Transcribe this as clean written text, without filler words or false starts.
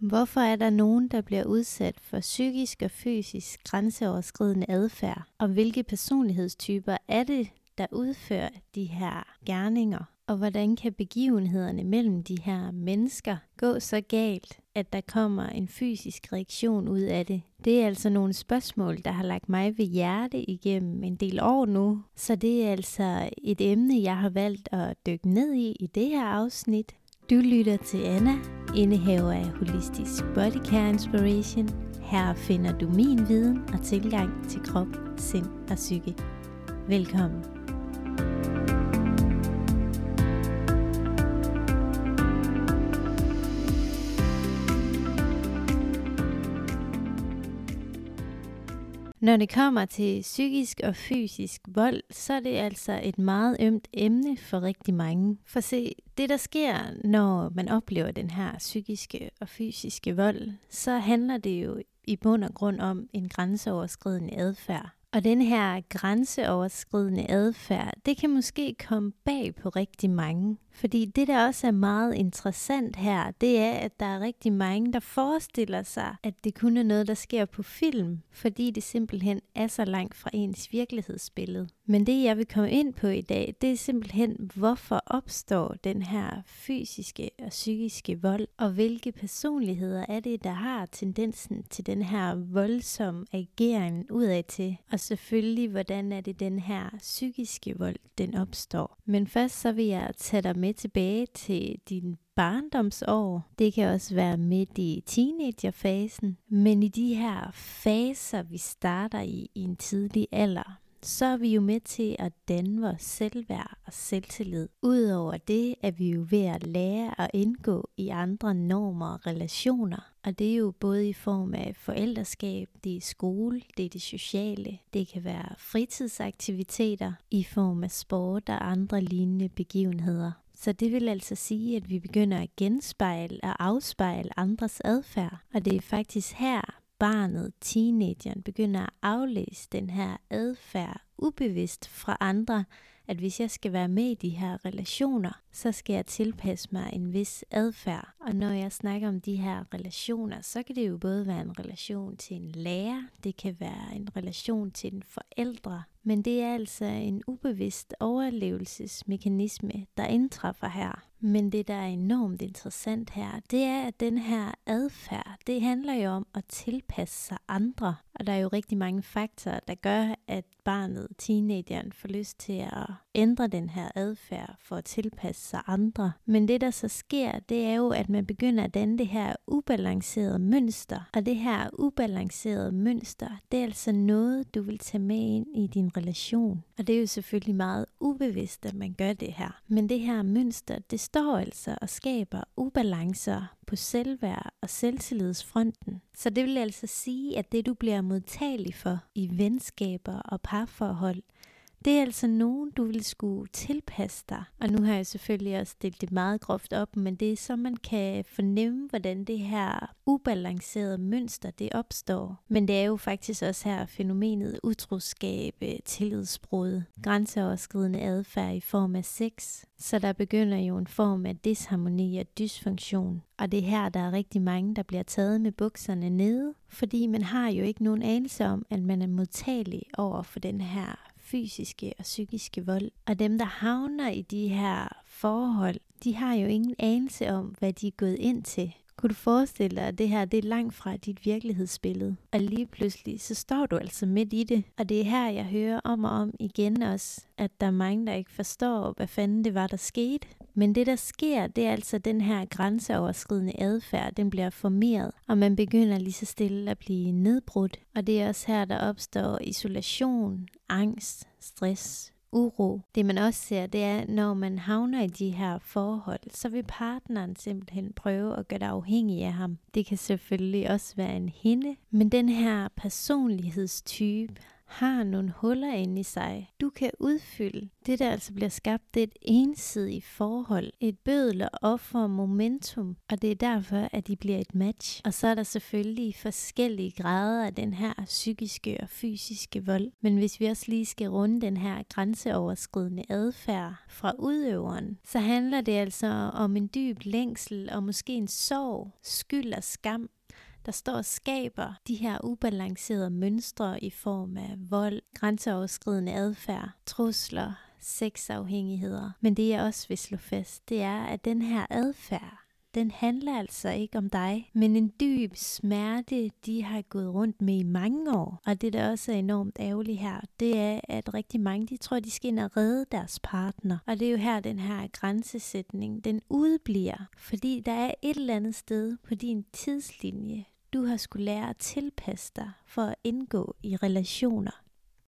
Hvorfor er der nogen, der bliver udsat for psykisk og fysisk grænseoverskridende adfærd? Og hvilke personlighedstyper er det, der udfører de her gerninger? Og hvordan kan begivenhederne mellem de her mennesker gå så galt, at der kommer en fysisk reaktion ud af det? Det er altså nogle spørgsmål, der har lagt mig ved hjerte igennem en del år nu. Så det er altså et emne, jeg har valgt at dykke ned i det her afsnit. Du lytter til Anna, indehaver af Holistisk Body Care Inspiration. Her finder du min viden og tilgang til krop, sind og psyke. Velkommen. Når det kommer til psykisk og fysisk vold, så er det altså et meget ømt emne for rigtig mange. For se, det der sker, når man oplever den her psykiske og fysiske vold, så handler det jo i bund og grund om en grænseoverskridende adfærd. Og den her grænseoverskridende adfærd, det kan måske komme bag på rigtig mange. Fordi det, der også er meget interessant her, det er, at der er rigtig mange, der forestiller sig, at det kun er noget, der sker på film, fordi det simpelthen er så langt fra ens virkelighedsbillede. Men det, jeg vil komme ind på i dag, det er simpelthen, hvorfor opstår den her fysiske og psykiske vold, og hvilke personligheder er det, der har tendensen til den her voldsomme ageren udadtil, og selvfølgelig, hvordan er det den her psykiske vold, den opstår. Men først så vil jeg tage dig med tilbage til din barndomsår. Det kan også være midt i teenagerfasen. Men i de her faser, vi starter i en tidlig alder, så er vi jo med til at danne vores selvværd og selvtillid. Udover det er vi jo ved at lære at indgå i andre normer og relationer. Og det er jo både i form af forældreskab, det er skole, det er det sociale. Det kan være fritidsaktiviteter i form af sport og andre lignende begivenheder. Så det vil altså sige, at vi begynder at genspejle og afspejle andres adfærd. Og det er faktisk her, barnet, teenageren, begynder at aflæse den her adfærd ubevidst fra andre, at hvis jeg skal være med i de her relationer, så skal jeg tilpasse mig en vis adfærd. Og når jeg snakker om de her relationer, så kan det jo både være en relation til en lærer, det kan være en relation til en forældre, men det er altså en ubevidst overlevelsesmekanisme, der indtræffer her. Men det, der er enormt interessant her, det er, at den her adfærd, det handler jo om at tilpasse sig andre. Og der er jo rigtig mange faktorer, der gør, at barnet, teenageren, får lyst til at ændre den her adfærd for at tilpasse sig andre. Men det, der så sker, det er jo, at man begynder at danne det her ubalancerede mønster. Og det her ubalancerede mønster, det er altså noget, du vil tage med ind i din relation. Og det er jo selvfølgelig meget ubevidst, at man gør det her. Men det her mønster, det står altså og skaber ubalancer på selvværd og selvtillidsfronten. Så det vil altså sige, at det du bliver modtagelig for i venskaber og parforhold, det er altså nogen, du vil skulle tilpasse dig. Og nu har jeg selvfølgelig også stillet det meget groft op, men det er så, man kan fornemme, hvordan det her ubalancerede mønster, det opstår. Men det er jo faktisk også her fænomenet utroskab, tillidsbrud, grænseoverskridende adfærd i form af sex. Så der begynder jo en form af disharmoni og dysfunktion. Og det er her, der er rigtig mange, der bliver taget med bukserne nede, fordi man har jo ikke nogen anelse om, at man er modtagelig over for den her fysiske og psykiske vold. Og dem, der havner i de her forhold, de har jo ingen anelse om, hvad de er gået ind til. Kunne du forestille dig, at det her det er langt fra dit virkelighedsbillede? Og lige pludselig, så står du altså midt i det. Og det er her, jeg hører om og om igen også, at der er mange, der ikke forstår, hvad fanden det var, der skete. Men det, der sker, det er altså den her grænseoverskridende adfærd, den bliver formeret, og man begynder lige så stille at blive nedbrudt. Og det er også her, der opstår isolation, angst, stress, uro. Det man også ser, det er, når man havner i de her forhold, så vil partneren simpelthen prøve at gøre dig afhængig af ham. Det kan selvfølgelig også være en hende, men den her personlighedstype har nogle huller inde i sig, du kan udfylde. Det, der altså bliver skabt, det er et ensidigt forhold. Et bødel og offer momentum, og det er derfor, at de bliver et match. Og så er der selvfølgelig forskellige grader af den her psykiske og fysiske vold. Men hvis vi også lige skal runde den her grænseoverskridende adfærd fra udøveren, så handler det altså om en dyb længsel og måske en sorg, skyld og skam, der står og skaber de her ubalancerede mønstre i form af vold, grænseoverskridende adfærd, trusler, sexafhængigheder. Men det jeg også vil slå fast, det er, at den her adfærd, den handler altså ikke om dig, men en dyb smerte, de har gået rundt med i mange år. Og det, der også er enormt ærgerligt her, det er, at rigtig mange, de tror, de skal ind og redde deres partner. Og det er jo her, den her grænsesætning, den udbliver. Fordi der er et eller andet sted på din tidslinje, du har skulle lære at tilpasse dig for at indgå i relationer.